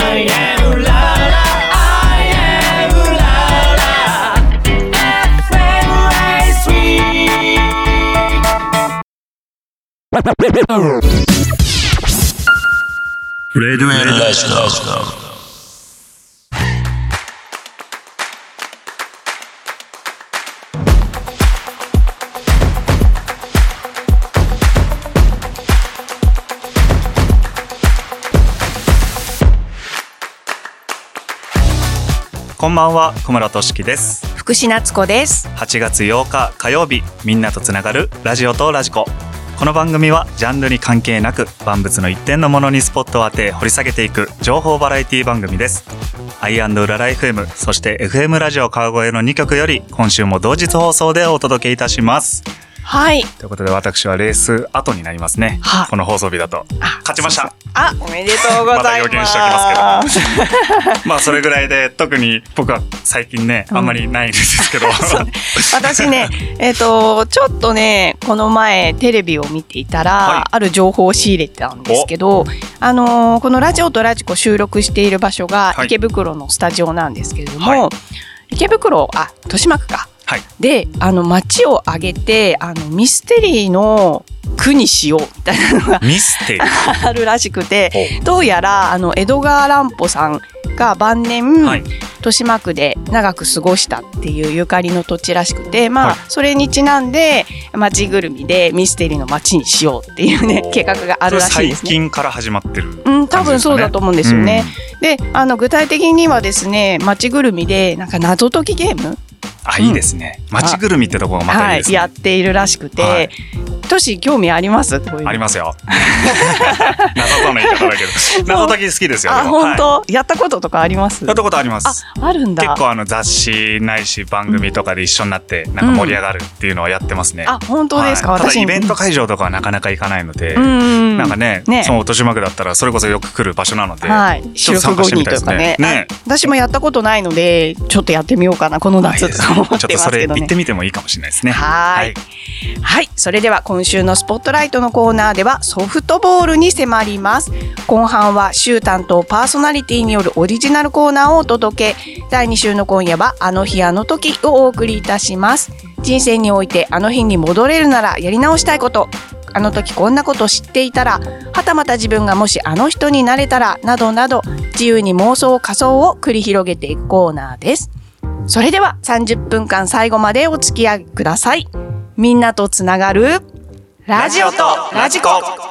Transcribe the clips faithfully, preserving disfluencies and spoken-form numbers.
I am ララ I am ララ エフエムエースリーレデュエルラジオ。 こんばんは、小村俊樹です。 福士夏子です。 はちがつようか火曜日、みんなとつながるラジオとラジコ。この番組はジャンルに関係なく万物の一点のものにスポットを当て掘り下げていく情報バラエティ番組です。アイアンド ウララ エフエム、そして エフエム ラジオ川越のにきょくより今週も同日放送でお届けいたします。 はい。 ということで私はレース後になりますね。この放送日だと勝ちました。 あ、おめでとうございます。 また予言しておきますけどまあそれぐらいで、特に僕は最近ね、うん、あんまりないんですけど私ね、えっとちょっとね、この前テレビを見ていたら、はい、ある情報を仕入れたんですけど、あのー、このラジオとラジコ収録している場所が池袋のスタジオなんですけれども、はい、池袋、あ、豊島区か、はい、で、あの街を挙げてあのミステリーの区にしようみたいなのがミステリーあるらしくて、どうやらあの江戸川乱歩さんが晩年、はい、豊島区で長く過ごしたっていうゆかりの土地らしくて、まあ、はい、それにちなんで街ぐるみでミステリーの街にしようっていうね計画があるらしいですね。 最近から始まってる、ね、 うん、多分そうだと思うんですよね、うん、で、あの具体的にはですね、街ぐるみでなんか謎解きゲーム、 あ、いいですね、うん、街ぐるみってところがまたいいですね、 はい、やっているらしくて、はい、トシ興味あります？こういうのありますよ謎との言い方だけど謎解き好きですよ。 あ、本当、はい、やったこととかあります？ やったことあります。 あ、あるんだ。 結構あの雑誌ないし番組とかで一緒になってなんか盛り上がるっていうのはやってますね、 うん、あ、本当ですか、 はい、 私ただイベント会場とかはなかなか行かないので、うん、なんか ね, ねその豊島区だったらそれこそよく来る場所なので、はい、ちょっと参加してみたいですね。ね、 私もやったことないのでちょっとやってみようかな、この夏と思ってますけどね。ちょっとそれ行ってみてもいいかもしれないですね。 はい、はいはい、それでは今週のスポットライトのコーナーではソフトボールに迫ります。後半は週担当パーソナリティによるオリジナルコーナーをお届け。だいに週の今夜はあの日あの時をお送りいたします。人生においてあの日に戻れるならやり直したいこと、あの時こんなこと知っていたら、はたまた自分がもしあの人になれたら、などなど自由に妄想仮想を繰り広げていくコーナーです。それではさんじゅっぷんかん最後までお付き合いください。みんなとつながるラジオとラジコ。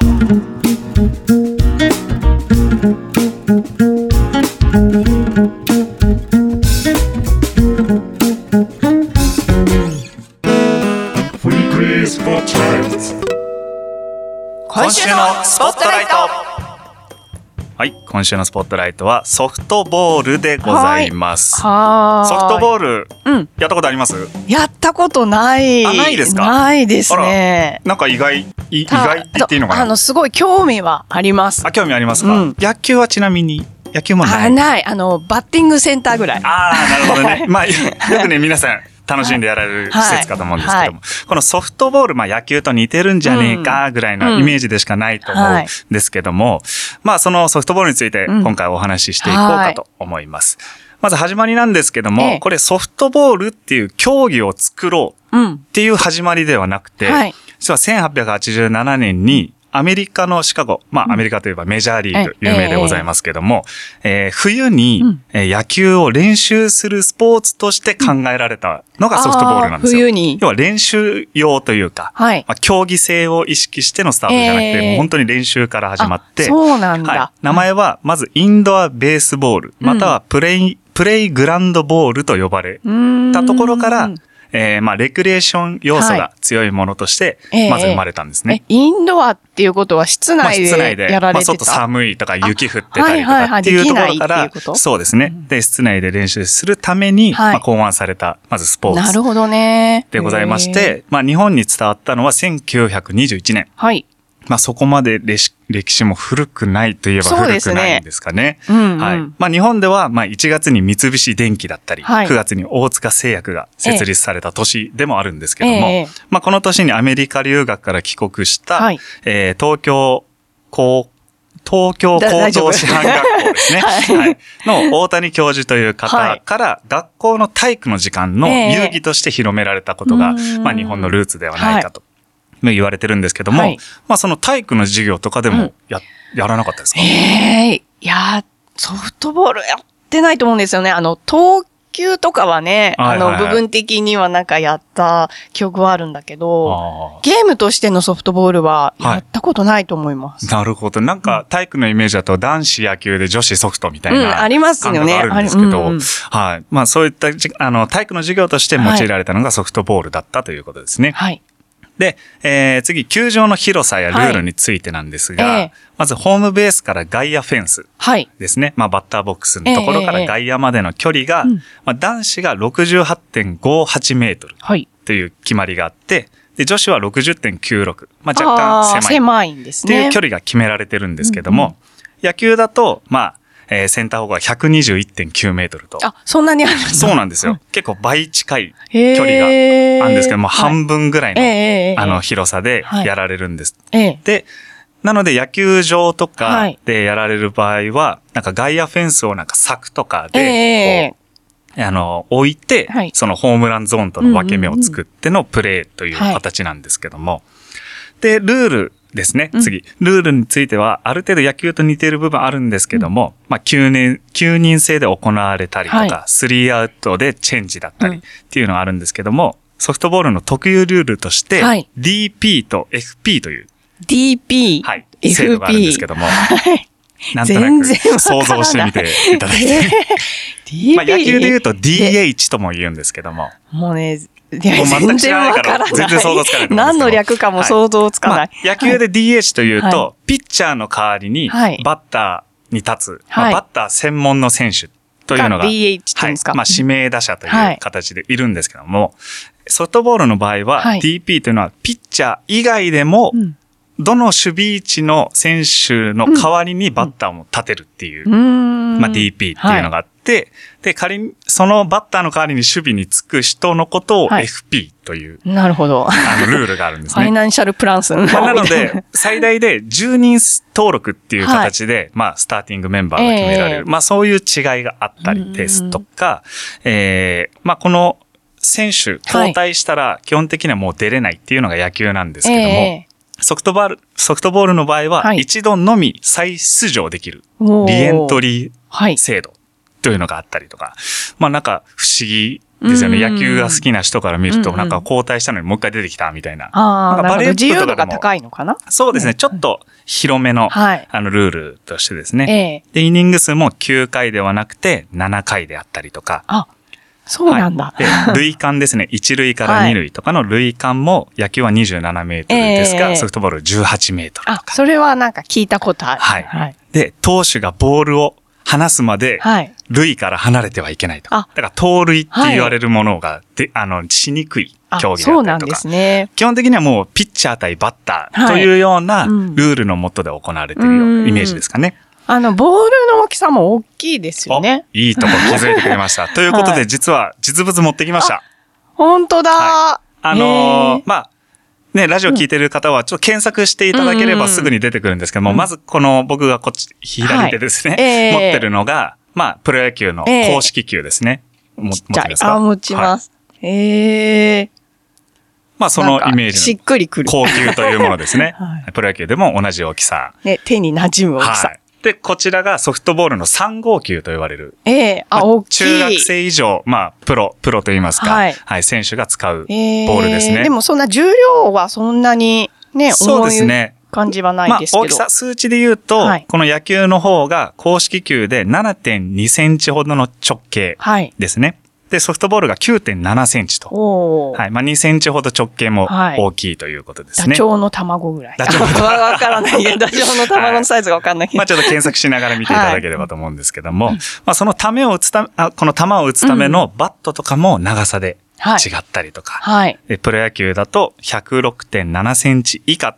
今週のスポットライト。 はい、今週のスポットライトはソフトボールでございます。 はい、 ソフトボール、うん、やったことあります？ やったことない。 あ、ないですか？ ないですね。 なんか意外、意外って言っていいのかな？ あのすごい興味はあります。 あ、興味ありますか？うん、野球はちなみに野球もない？ あ、ない。あのバッティングセンターぐらい。 ああ、なるほどね。まあよくね皆さん楽しんでやられる施設かと思うんですけども、はいはい、このソフトボール、まあ野球と似てるんじゃねえかぐらいのイメージでしかないと思うんですけども、うんはい、まあそのソフトボールについて今回お話ししていこうかと思います。うんはい、まず始まりなんですけども、ええ、これソフトボールっていう競技を作ろうっていう始まりではなくて、うんはい、実はせんはっぴゃくはちじゅうななねんにアメリカのシカゴ、まあアメリカといえばメジャーリーグ有名でございますけども、ええー、冬に、うんえー、野球を練習するスポーツとして考えられたのがソフトボールなんですよ。 冬に。 要は練習用というか、はいまあ、競技性を意識してのスタートじゃなくて、えー、もう本当に練習から始まって、 そうなんだ、 はい。名前はまずインドアベースボール、またはプレイ、うん、プレイグランドボールと呼ばれたところから、えー、まあ、レクリエーション要素が強いものとして、まず生まれたんですね。 はいえー、インドアっていうことは室内でやられてた、まあ、室内で、まあ、 外寒いとか雪降ってたりとかっていうところから、そうですね。で、室内で練習するために、はいまあ、考案された、まずスポーツ。 なるほどね。 でございまして、まあ、日本に伝わったのはせんきゅうひゃくにじゅういちねん。はい。まあそこまで歴史、歴史も古くないといえば古くないんですかね。そうですね。うんうん、はい。まあ日本ではまあいちがつに三菱電機だったり、はい、くがつに大塚製薬が設立された年でもあるんですけども、ええ、まあこの年にアメリカ留学から帰国した、はい、えー、東京高東京高等師範学校ですね。はい、はい。の大谷教授という方から学校の体育の時間の遊戯として広められたことが、えー、まあ日本のルーツではないかと言われてるんですけども、はい、まあその体育の授業とかでもや、うん、やらなかったですか？ ええー、いや、ソフトボールやってないと思うんですよね。あの、東球とかはね、はいはいはい、あの、部分的にはなんかやった記憶はあるんだけど、ゲームとしてのソフトボールはやったことないと思います。 はい、なるほど。なんか体育のイメージだと男子野球で女子ソフトみたいな、うん、 ありますよね。 感覚あるんですけど、うんうん、はい。まあそういったあの体育の授業として用いられたのがソフトボールだったということですね。はい。で、えー、次、球場の広さやルールについてなんですが、はいえー、まずホームベースから外野フェンスですね。はい、まあバッターボックスのところから外野までの距離が、えーえーまあ、男子が ろくじゅうはちてんごはち メートルという決まりがあって、で女子は ろくじゅってんきゅうろく、まあ若干狭い。 狭いんですね。 っていう距離が決められてるんですけども、うんうん、野球だと、まあ、えー、センター方向が ひゃくにじゅういってんきゅう メートルと。 あ、そんなにあるんですか？ そうなんですよ。結構倍近い距離があるんですけども、半分ぐらいの、はい、あの広さでやられるんです。はい、で、なので野球場とかでやられる場合は、なんか外野フェンスをなんか柵とかで、こう、あの、置いて、はい、そのホームランゾーンとの分け目を作ってのプレーという形なんですけども、はい、で、ルール、ですね。次。ルールについては、ある程度野球と似ている部分あるんですけども、うん、まあ、きゅうねん、きゅうにん制で行われたりとか、はい、スリーアウトでチェンジだったりっていうのがあるんですけども、ソフトボールの特有ルールとして、はい、ディーピー と エフピー という。 ディーピー、 はい。制度があるんですけども、はい、なんとなく想像してみていただいて。えー、ディーピー まあ、野球で言うと ディーエイチ とも言うんですけども。 もうね、いや、全然わからない。 全然想像つかない。 何の略かも想像つかない。はいまあ、野球で ディーエイチ というと、はい、ピッチャーの代わりに、バッターに立つ、はいまあ、バッター専門の選手というのが、 ディーエイチ って言うんですか、 はい、まあ、指名打者という形でいるんですけども、はい、ソフトボールの場合は、はい、ディーピー というのは、ピッチャー以外でも、うんどの守備位置の選手の代わりにバッターも立てるっていう、うん、まあ ディーピー っていうのがあって、はい、で、仮にそのバッターの代わりに守備につく人のことを エフピー という、 はい、なるほど。 あの、ルールがあるんですね。 ファイナンシャルプランスの、 まあ、なので、最大でじゅうにん登録っていう形で、はい、まあ、スターティングメンバーが決められる。えー、まあ、そういう違いがあったりですとか、えー、まあ、この選手交代したら基本的にはもう出れないっていうのが野球なんですけども、えーソフトボール、ソフトボールの場合は、一度のみ再出場できる、リエントリー制度というのがあったりとか、まあなんか不思議ですよね。野球が好きな人から見ると、なんか交代したのにもう一回出てきたみたいな。 ああ、バレー自由度が高いのかな？ そうですね。ちょっと広めの、はい、あのルールとしてですね、えー。で、イニング数もきゅうかいではなくてななかいであったりとか。 あそうなんだ。 はい、で、塁間ですね。いち塁からに塁とかの塁間も野球はにじゅうななメートルですが、えー、ソフトボールじゅうはちメートルとか。 あ、それはなんか聞いたことある。 はい。はい、で、投手がボールを離すまで、塁から離れてはいけないとか。だから盗塁って言われるものが、で、あの、しにくい競技だったりとか。 そうなんですね。 基本的にはもうピッチャー対バッターというようなルールの下で行われているようなイメージですかね。 あの、ボールの大きさも大きいですよね。 いいとこ気づいてくれました。ということで、実は実物持ってきました。 本当だ、 はい、あのー、まあ、ね、ラジオ聞いてる方はちょっと検索していただければすぐに出てくるんですけども、うん、まずこの僕がこっち、左手ですね、はいえー、持ってるのが、まあ、プロ野球の公式球ですね。えー、持ってますか？ あ、持ちます。はい、ええー。 まあ、そのイメージの。 しっくりくる。 高級というものですね。はい、プロ野球でも同じ大きさ。 ね、手に馴染む大きさ。はいで、こちらがソフトボールのさん号球と言われる。 ええー、あ、まあ、大きい。 中学生以上、まあ、プロ、プロと言いますか。はい。はい、選手が使うボールですね。 えー、でもそんな重量はそんなにね、 そうですね。 感じはないですけど。 まあ、大きさ、数値で言うと、はい、この野球の方が公式球で ななてんにセンチほどの直径ですね。はいで、ソフトボールが きゅうてんななセンチと。はい。まあ、にセンチほど直径も大きいということですね。 ダチョウの卵ぐらい。ダチョウの卵。わからないけど、ダチョウの卵のサイズがわかんないけど。 まあ、ちょっと検索しながら見ていただければと思うんですけども、はい、まあ、そのためを打つため、あこの球を打つためのバットとかも長さで違ったりとか。はい。でプロ野球だと ひゃくろくてんななセンチ以下という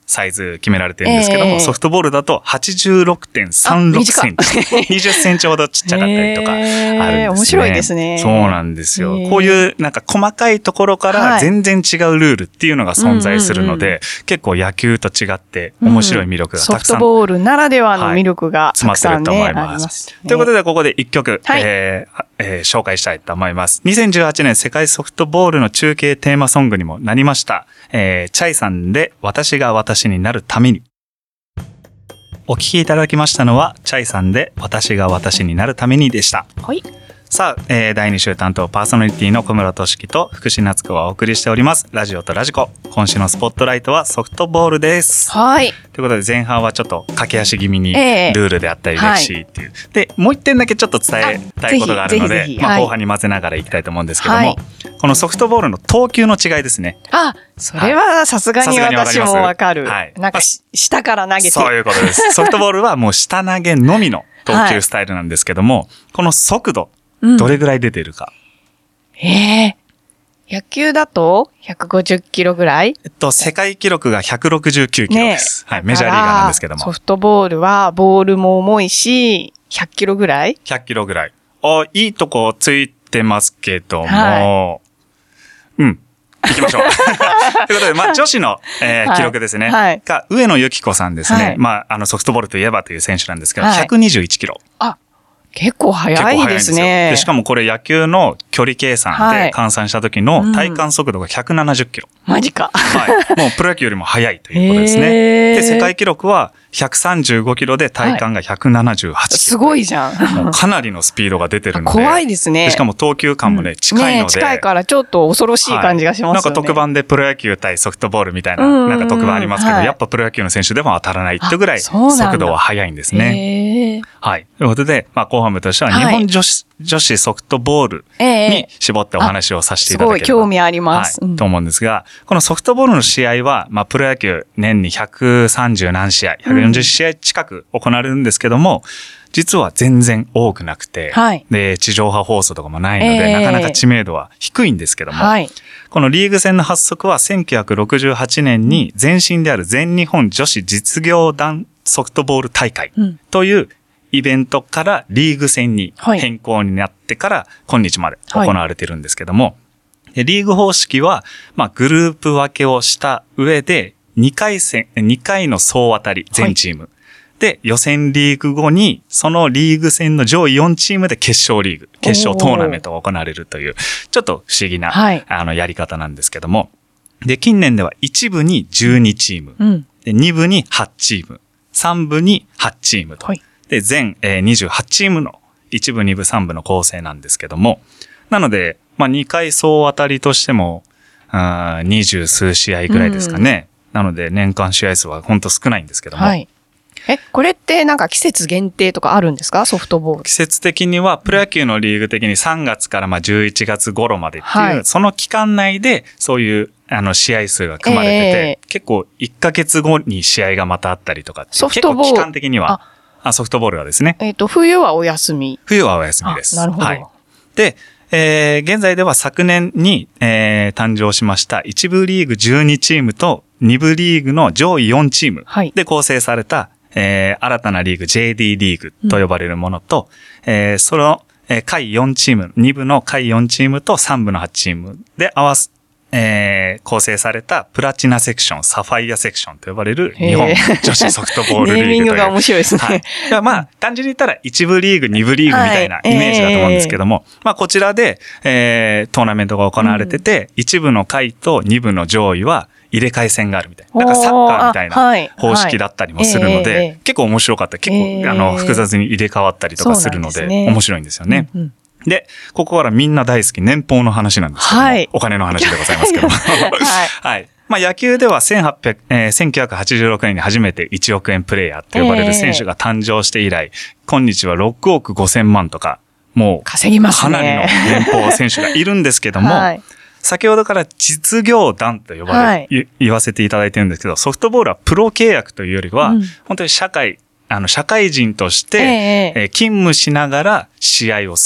サイズ決められてるんですけども、 えー、 ソフトボールだと はちじゅうろくてんさんろくセンチ。にじゅっセンチほどちっちゃかったりとかあるんですね。 えー、面白いですね。 そうなんですよ。こういうなんか細かいところから全然違うルールっていうのが存在するので、はい、結構野球と違って面白い魅力がたくさん、 うん、ソフトボールならではの魅力がたくさん、ね、 はい、詰まってると思います。ますね、ということでここで一曲、はい、えーえー、紹介したいと思います。にせんじゅうはちねん世界ソフトボールの中継テーマソングにもなりました。えー、チャイさんで私が私になるために。お聴きいただきましたのはチャイさんで私が私になるためにでした。 はい。 さあ、えー、だいに週担当パーソナリティの小室俊樹と福士夏子がお送りしております。ラジオとラジコ。今週のスポットライトはソフトボールです。 はい。 ということで前半はちょっと駆け足気味にルえー、 ールであったり歴史っていう、はい、でもう一点だけちょっと伝えたいことがあるので、まあ、後半に混ぜながらいきたいと思うんですけども、はい、このソフトボールの投球の違いですね。 あ、それはさすがに私もわかる。はい、なんか下から投げて。 そういうことです。ソフトボールはもう下投げのみの投球スタイルなんですけども、はい、この速度どれぐらい出ているか。 うん、えー、野球だとひゃくごじゅっキロぐらい？ えっと、世界記録がひゃくろくじゅうきゅうキロです。ね、はい。メジャーリーガーなんですけども。 ソフトボールはボールも重いし、ひゃっキロぐらい？ ひゃっキロぐらい。あ、いいとこついてますけども、はい、うん。行きましょう。ということで、まあ、女子の、えーはい、記録ですね。はい。が、上野由岐子さんですね。はい、まあ、あの、ソフトボールといえばという選手なんですけど、はい、ひゃくにじゅういちキロ。あ、 結構早いですね。 で、しかもこれ野球の距離計算で換算した時の体感速度がひゃくななじゅっキロ。 うん、マジか。 はい。もうプロ野球よりも速いということですね。で、世界記録はひゃくさんじゅうごキロで体感がひゃくななじゅうはちキロ。はい、 すごいじゃん。 もうかなりのスピードが出てるので。 怖いですね。 しかも投球感もね、近いので。 ね、近いからちょっと恐ろしい感じがしますよね。はい、 なんか特番でプロ野球対ソフトボールみたいな、なんか特番ありますけど、はい、やっぱプロ野球の選手でも当たらないってぐらい速度は速いんですね。はい。ということで、まあ後半部としては日本女子、はい、女子ソフトボールに絞ってお話をさせていただければ、 すごい興味あります、 はい、と思うんですが、このソフトボールの試合は、まあプロ野球年にひゃくさんじゅう何試合、ひゃくよんじゅう試合近く行われるんですけども、実は全然多くなくて、はい、で、地上波放送とかもないので、えー、なかなか知名度は低いんですけども、はい、このリーグ戦の発足はせんきゅうひゃくろくじゅうはちねんに前身である全日本女子実業団ソフトボール大会というイベントからリーグ戦に変更になってから今日まで行われているんですけども、はい、リーグ方式は、まあ、グループ分けをした上でにかい戦、にかいの総当たり全チーム。はいで、予選リーグ後に、そのリーグ戦の上位よんチームで決勝リーグ、決勝トーナメントが行われるという、ちょっと不思議な、はい、あの、やり方なんですけども。で、近年ではいち部にじゅうにチーム、うん、でに部にはちチーム、さん部にはちチームと。はい、で、全、えー、にじゅうはちチームのいち部、に部、さん部の構成なんですけども。なので、まあ、にかい総当たりとしても、にじゅう数試合ぐらいですかね。うん、なので、年間試合数は本当少ないんですけども。はいえ、これってなんか季節限定とかあるんですか？ソフトボール。 季節的には、プロ野球のリーグ的にさんがつからまあじゅういちがつ頃までっていう、はい、その期間内でそういうあの試合数が組まれてて、えー、結構いっかげつごに試合がまたあったりとかって、ソフトボール結構期間的には、あソフトボールがですね。 えっと、冬はお休み。 冬はお休みです。 なるほど。はい。 で、えー、現在では昨年に、えー、誕生しましたいち部リーグじゅうにチームとに部リーグの上位よんチームで構成された、はいえー、新たなリーグ ジェーディー リーグと呼ばれるものと、うん、えー、その、えー、下位よんチーム、に部の下位よんチームとさん部のはちチームで合わす、えー、構成されたプラチナセクション、サファイアセクションと呼ばれる日本女子ソフトボールリーグという。 ネーミングが面白いですね。 はい。まあ、単純に言ったらいち部リーグ、に部リーグみたいなイメージだと思うんですけども、はいえー、まあ、こちらで、えー、トーナメントが行われてて、うん、いち部の下位とに部の上位は、入れ替え戦があるみたいな。なんかサッカーみたいな方式だったりもするので、はいはい、結構面白かった。結構、えー、あの、複雑に入れ替わったりとかするので、ね、面白いんですよね。うんうん、で、ここからみんな大好き年俸の話なんですけども、はい、お金の話でございますけども。はい。はい。まあ野球ではせんはっぴゃく、えー、せんきゅうひゃくはちじゅうろくねんに初めていちおくえんプレイヤーって呼ばれる選手が誕生して以来、えー、今日はろくおくごせんまんとか、もう、稼ぎますね。かなりの年俸選手がいるんですけども、はい先ほどから実業団と呼ばれ、はい、言わせていただいてるんですけど、ソフトボールはプロ契約というよりは、うん、本当に社会、あの、社会人として、えーえー、勤務しながら試合をする。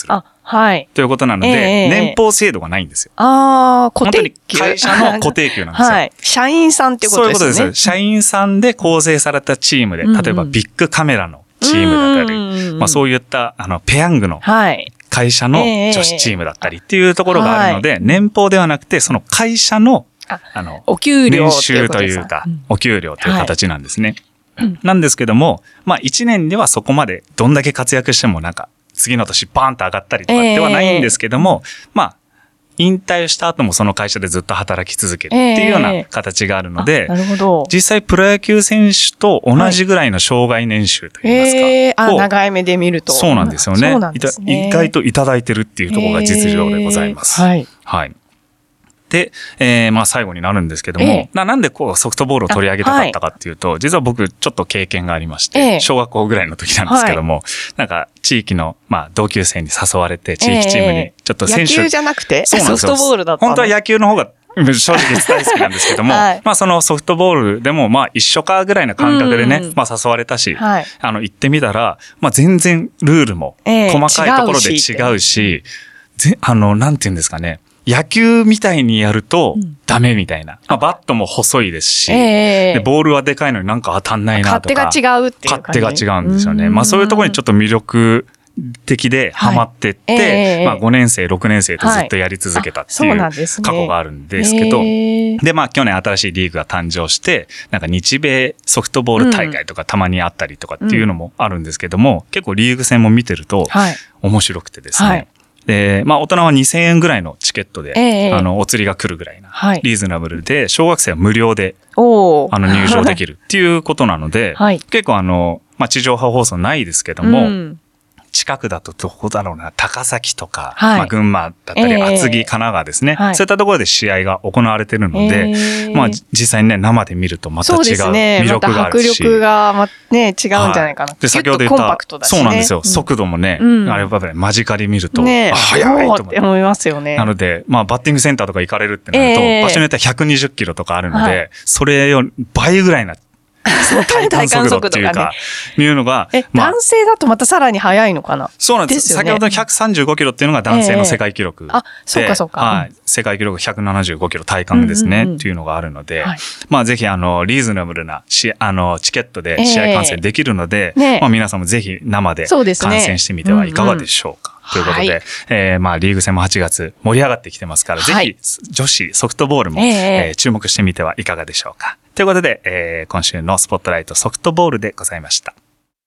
はい。 ということなので、 えー、 年俸制度がないんですよ。 ああ、固定給。 本当に会社の固定給なんですよ。はい。 社員さんってことですね。 そういうことです。社員さんで構成されたチームで、例えばビッグカメラのチームだったり、うんうん、まあそういった、あの、ペヤングの会社の女子チームだったりっていうところがあるので、はい、年俸ではなくて、その会社の、あ, あの、 お給料年収というか、うん、お給料という形なんですね。はい、なんですけども、まあ一年ではそこまでどんだけ活躍してもなんか、次の年バーンと上がったりとかではないんですけども、えー、まあ、引退した後もその会社でずっと働き続けるっていうような形があるので、 えー、なるほど。 実際プロ野球選手と同じぐらいの生涯年収といいますか。 はい、えー、あ、長い目で見ると。 そうなんですよね。 そうなんですね。 意外といただいてるっていうところが実情でございます。 えー、はい。 はい。で、えー、まあ最後になるんですけども、えー、な, なんでこうソフトボールを取り上げたかったかっていうと、はい、実は僕ちょっと経験がありまして、えー、小学校ぐらいの時なんですけども、はい、なんか地域のまあ同級生に誘われて地域チームにちょっと選手、 えー、野球じゃなくてソフトボールだったの。 本当は野球の方が正直大好きなんですけども、はい、まあそのソフトボールでもまあ一緒かぐらいの感覚でね、まあ誘われたし、はい、あの行ってみたら、まあ全然ルールも細かいところで違うし、えー、ぜあの、なんていうんですかね、野球みたいにやるとダメみたいな。まあ、バットも細いですし、えー、で、ボールはでかいのになんか当たんないなとか。 勝手が違うっていう感じ。 勝手が違うんですよね。まあそういうところにちょっと魅力的でハマってって、はいえー、まあごねん生、ろくねん生とずっとやり続けたっていう過去があるんですけど、はいねえー、で、まあ去年新しいリーグが誕生して、なんか日米ソフトボール大会とかたまにあったりとかっていうのもあるんですけども、うん、結構リーグ戦も見てると面白くてですね。はい、で、まあ大人はにせんえんぐらいのチケットで、えー、あの、お釣りが来るぐらいな、はい、リーズナブルで、小学生は無料で、あの、入場できるっていうことなので、はい、結構あの、まあ地上波放送ないですけども、うん、近くだとどこだろうな、高崎とか、はい、まあ群馬だったり、えー、厚木、神奈川ですね、はい。そういったところで試合が行われているので、えー、まあ実際にね、生で見るとまた違う魅力があるし。 そうですね。また迫力が、ま、ね、違うんじゃないかな。はい、 で、先ほど言った、コンパクトだしね、そうなんですよ。うん、速度もね、うん、あれやっぱり間近で見ると、ね、あ、速いと思って思いますよね。 なので、まあバッティングセンターとか行かれるってなると、えー、場所によってはひゃくにじゅっキロとかあるので、はい、それより倍ぐらいな、体感速度っていうか、ね、いうのが、 え、まあ、男性だとまたさらに速いのかな。 そうなんです。ですよね、先ほどのひゃくさんじゅうごキロっていうのが男性の世界記録で、えー、 あ、そうかそうか。 はい。世界記録ひゃくななじゅうごキロ体感ですね、うんうんうん、っていうのがあるので、はい、まあぜひあの、リーズナブルなし、あの、チケットで試合観戦できるので、えーね、まあ皆さんもぜひ生で観戦してみてはいかがでしょうか。ということで、はい、えー、まあ、リーグ戦もはちがつ盛り上がってきてますから、はい、ぜひ、女子ソフトボールも、えーえー、注目してみてはいかがでしょうか。ということで、えー、今週のスポットライトソフトボールでございました。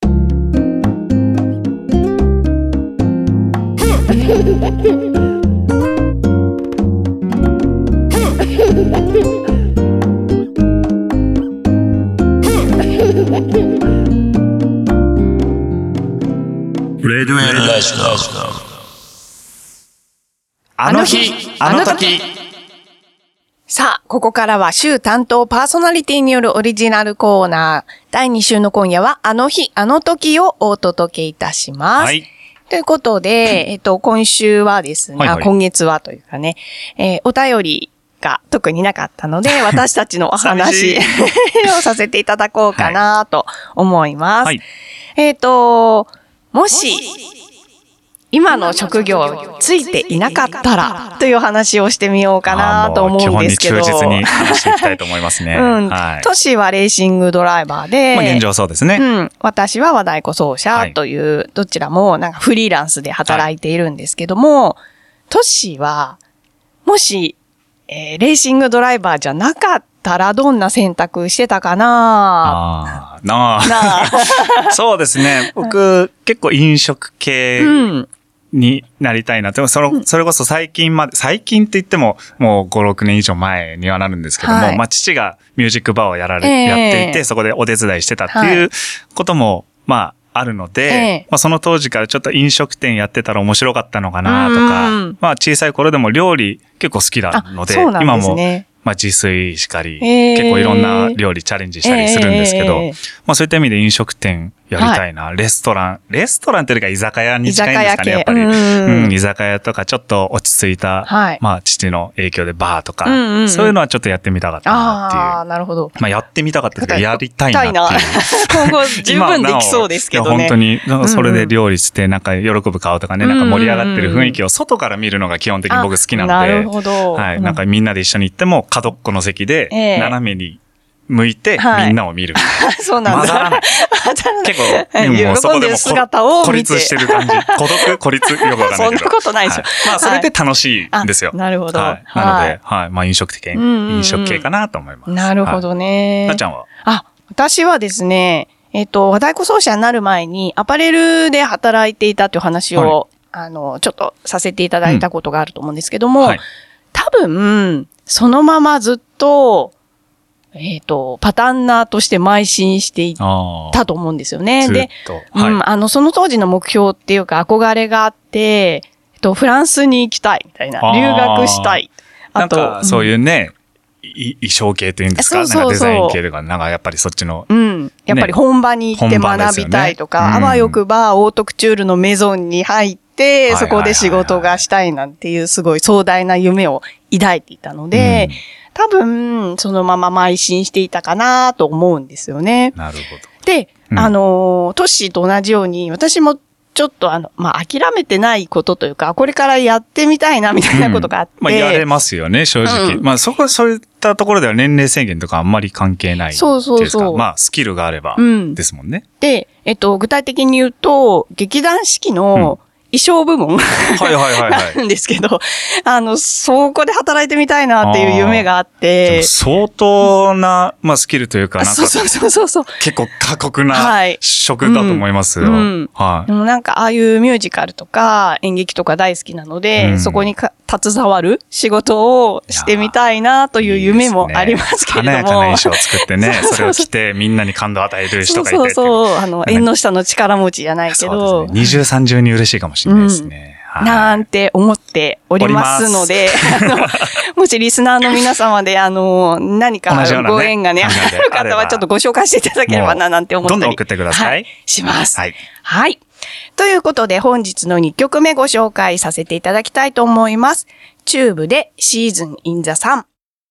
レデュエルラジオ。 あの日、あの時。 さあ、ここからは週担当パーソナリティによるオリジナルコーナー。だいに週の今夜は、あの日、あの時をお届けいたします。はい。ということで、えっと、今週はですね、はいはい、今月はというかね、えー、お便りが特になかったので、私たちのお話をさせていただこうかなと思います。はい、えっと、もし、今の職業ついていなかったらという話をしてみようかなと思うんですけど。 基本に忠実に話していきたいと思いますね。 うん。はい、トシはレーシングドライバーで、 まあ現状そうですね。 うん。私は和太鼓奏者という、はい、どちらもなんかフリーランスで働いているんですけども、はい、トシは、もし、えー、レーシングドライバーじゃなかったらどんな選択してたかなあなあ。なあ。そうですね。僕、結構飲食系、うんになりたいなって、その、それこそ最近まで、最近って言ってももうご、ろくねん以上前にはなるんですけども、はい、まあ父がミュージックバーをやられ、えー、やっていて、そこでお手伝いしてたっていうことも、はい、まあ、あるので、えー、まあその当時からちょっと飲食店やってたら面白かったのかなとか、まあ小さい頃でも料理結構好きなので、そうなんですね、今も、まあ自炊しかり、えー、結構いろんな料理チャレンジしたりするんですけど、えー、まあそういった意味で飲食店やりたいな、はい。レストラン、レストランっていうか居酒屋に近いんですかね、やっぱり。うん、うん、居酒屋とかちょっと落ち着いた、はい、まあ父の影響でバーとか、うんうんうん、そういうのはちょっとやってみたかったなっていう。ああ、なるほど。まあやってみたかったけど、やりたいなっていう。 今後十分できそうですけどね。 本当に、なんかそれで料理して、なんか喜ぶ顔とかね、うんうん、なんか盛り上がってる雰囲気を外から見るのが基本的に僕好きなので、なるほど。はい。なんかみんなで一緒に行っても、角っこの席で、斜めに、向いて、みんなを見る。はい、 そうなんだ。 混ざらない。結構、もうそこでも孤立してる感じ。孤独、孤立、よくわかんないけど。 そんなことないですよ。 はい、まあ、それで楽しいんですよ。 なるほど。 はい、なので、はい。まあ、飲食系、飲食系かなと思います。 なるほどね。 なっちゃんは？ あ、私はですね、えっと、和太鼓奏者になる前に、アパレルで働いていたという話を、あの、ちょっとさせていただいたことがあると思うんですけども、多分、そのままずっと、えっと、パタンナーとして邁進していったと思うんですよね。で、はい、うん、あの、その当時の目標っていうか憧れがあって、えっと、フランスに行きたいみたいな、留学したい。 あと、なんかそういうね、うん、衣装系というんですか、そうそうそう、なんかデザイン系とか、なんかやっぱりそっちの、 うん。やっぱり本場に行って学びたいとか、ね、うん、あわよくばオートクチュールのメゾンに入って、そこで仕事がしたいなんていうすごい壮大な夢を抱いていたので、うん、多分、そのまま邁進していたかなと思うんですよね。 なるほど。 で、うん、あの、トッシーと同じように、私もちょっとあの、まあ、諦めてないことというか、これからやってみたいな、みたいなことがあって。うん、 まあ、やれますよね、正直。うん、まあ、そこ、そういったところでは年齢制限とかあんまり関係ない。そうそうそう。まあ、スキルがあれば、ですもんね、うん。で、えっと、具体的に言うと、劇団四季の、うん衣装部門はいはいはい、はい、なんですけど、あの、そこで働いてみたいなっていう夢があって。 相当な、まあ、スキルというか、なんか、 そうそうそうそう。 結構過酷な職だと思いますよ。はい。うんうんはい、 でもなんか、ああいうミュージカルとか演劇とか大好きなので、うん、そこにか携わる仕事をしてみたいなという夢もありますけれども。いいですね、華やかな衣装を作ってね、それを着てみんなに感動を与える人がいて。 そうそうそう。あの、縁の下の力持ちじゃないけど。 そうですね。二重三重に嬉しいかもしれないですね。うんはい、なんて思っておりますので、あの、もしリスナーの皆様で、あの、何かご縁がね、ある方はちょっとご紹介していただければな、なんて思ったり。 どんどん送ってください。はい、 します。はい。はい。ということで、本日のにきょくめご紹介させていただきたいと思います。チューブでシーズンインザサン。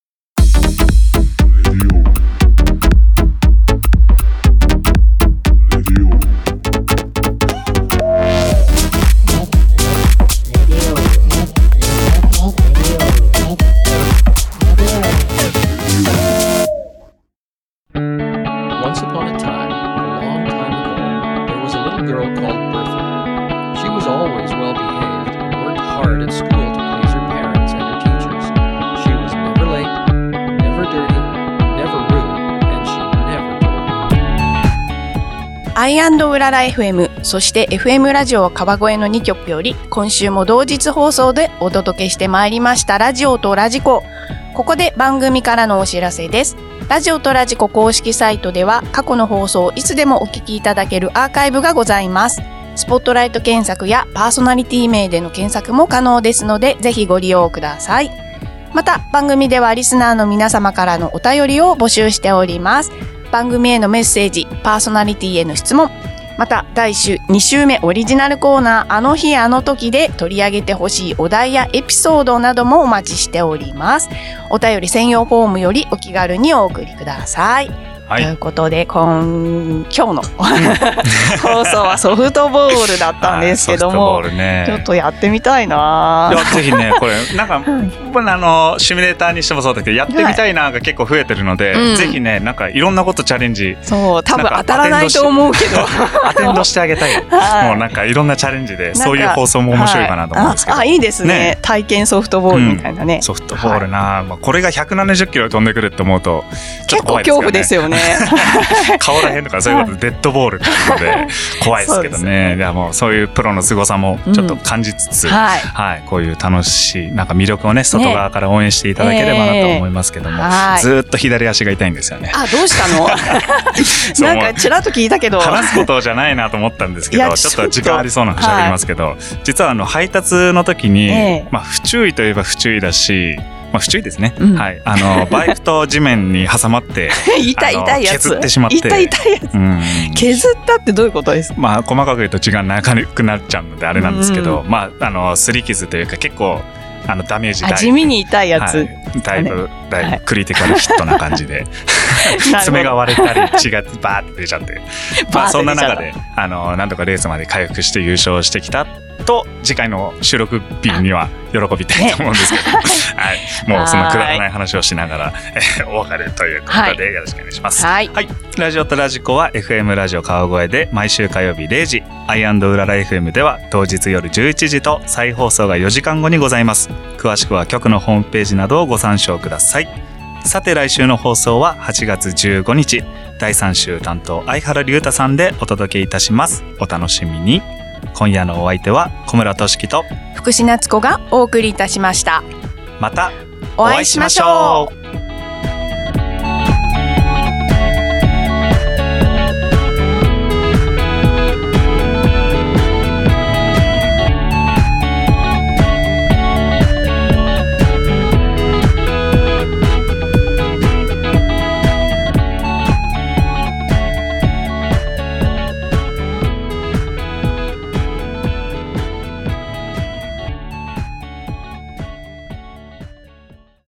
アイアンドうらら エフエム、そして エフエム ラジオ川越のにきょくより、今週も同日放送でお届けしてまいりましたラジオとラジコ。ここで番組からのお知らせです。ラジオとラジコ公式サイトでは過去の放送をいつでもお聞きいただけるアーカイブがございます。スポットライト検索やパーソナリティ名での検索も可能ですので、ぜひご利用ください。また番組ではリスナーの皆様からのお便りを募集しております。番組へのメッセージ、パーソナリティへの質問、まただいに週目オリジナルコーナーあの日あの時で取り上げてほしいお題やエピソードなどもお待ちしております。お便り専用フォームよりお気軽にお送りください。はい、ということで今今日の放送はソフトボールだったんですけども、ね、ちょっとやってみたいな。 いやぜひねこれなんかあのシミュレーターにしてもそうだけどやってみたいなが結構増えてるので、はい、ぜひねなんかいろんなことチャレンジ。 そう多分当たらないと思うけどアテンドしてあげたい、はい、もうなんかいろんなチャレンジでそういう放送も面白いかなと思うんですけど、 はい、あ, あいいですね、ね体験ソフトボールみたいなね、 うん、ソフトボールな、はいまあ、これがひゃくななじゅっキロ飛んでくるって思うとちょっと怖いですよね。 結構恐怖ですよね顔らへんとかそういうことでデッドボールっていうので怖いですけどね。いやもうそういうプロの凄さもちょっと感じつつ、うんはいはい、こういう楽しいなんか魅力をね外側から応援していただければなと思いますけども、ねえー、ずっと左足が痛いんですよね。 あどうしたのなんかちらっと聞いたけど話すことじゃないなと思ったんですけどちょっと時間ありそうなので喋りますけど、はい、実はあの配達の時に、えーまあ、不注意といえば不注意だしまあ、不注意ですね。 うんはい。あの、バイクと地面に挟まって、 痛い痛いやつ。 削ってしまって。 痛い痛いやつ。 うん、 削ったってどういうことですか？ まあ、細かく言うと血が長くなっちゃうのであれなんですけど、うん、まあ、あの、擦り傷というか結構、あの、ダメージ大。 地味に痛いやつ。 はい、だいぶ、だいぶクリティカルヒットな感じで、爪が割れたり血がバーって出ちゃって、まあ、そんな中で、あの、なんとかレースまで回復して優勝してきたと、次回の収録日には喜びたいと思うんですけど、ね、はい。もうそのくだらない話をしながら、えー、お別れということでよろしくお願いします。はい。はい。ラジオとラジコは エフエム ラジオ川越で毎週火曜日れいじ、アイアンドうらら エフエム では当日夜じゅういちじと再放送がよじかんごにございます。詳しくは局のホームページなどをご参照ください。さて来週の放送ははちがつじゅうごにち、だいさん週担当相原龍太さんでお届けいたします。お楽しみに。今夜のお相手は小村俊樹と福士夏子がお送りいたしました。 またお会いしましょう。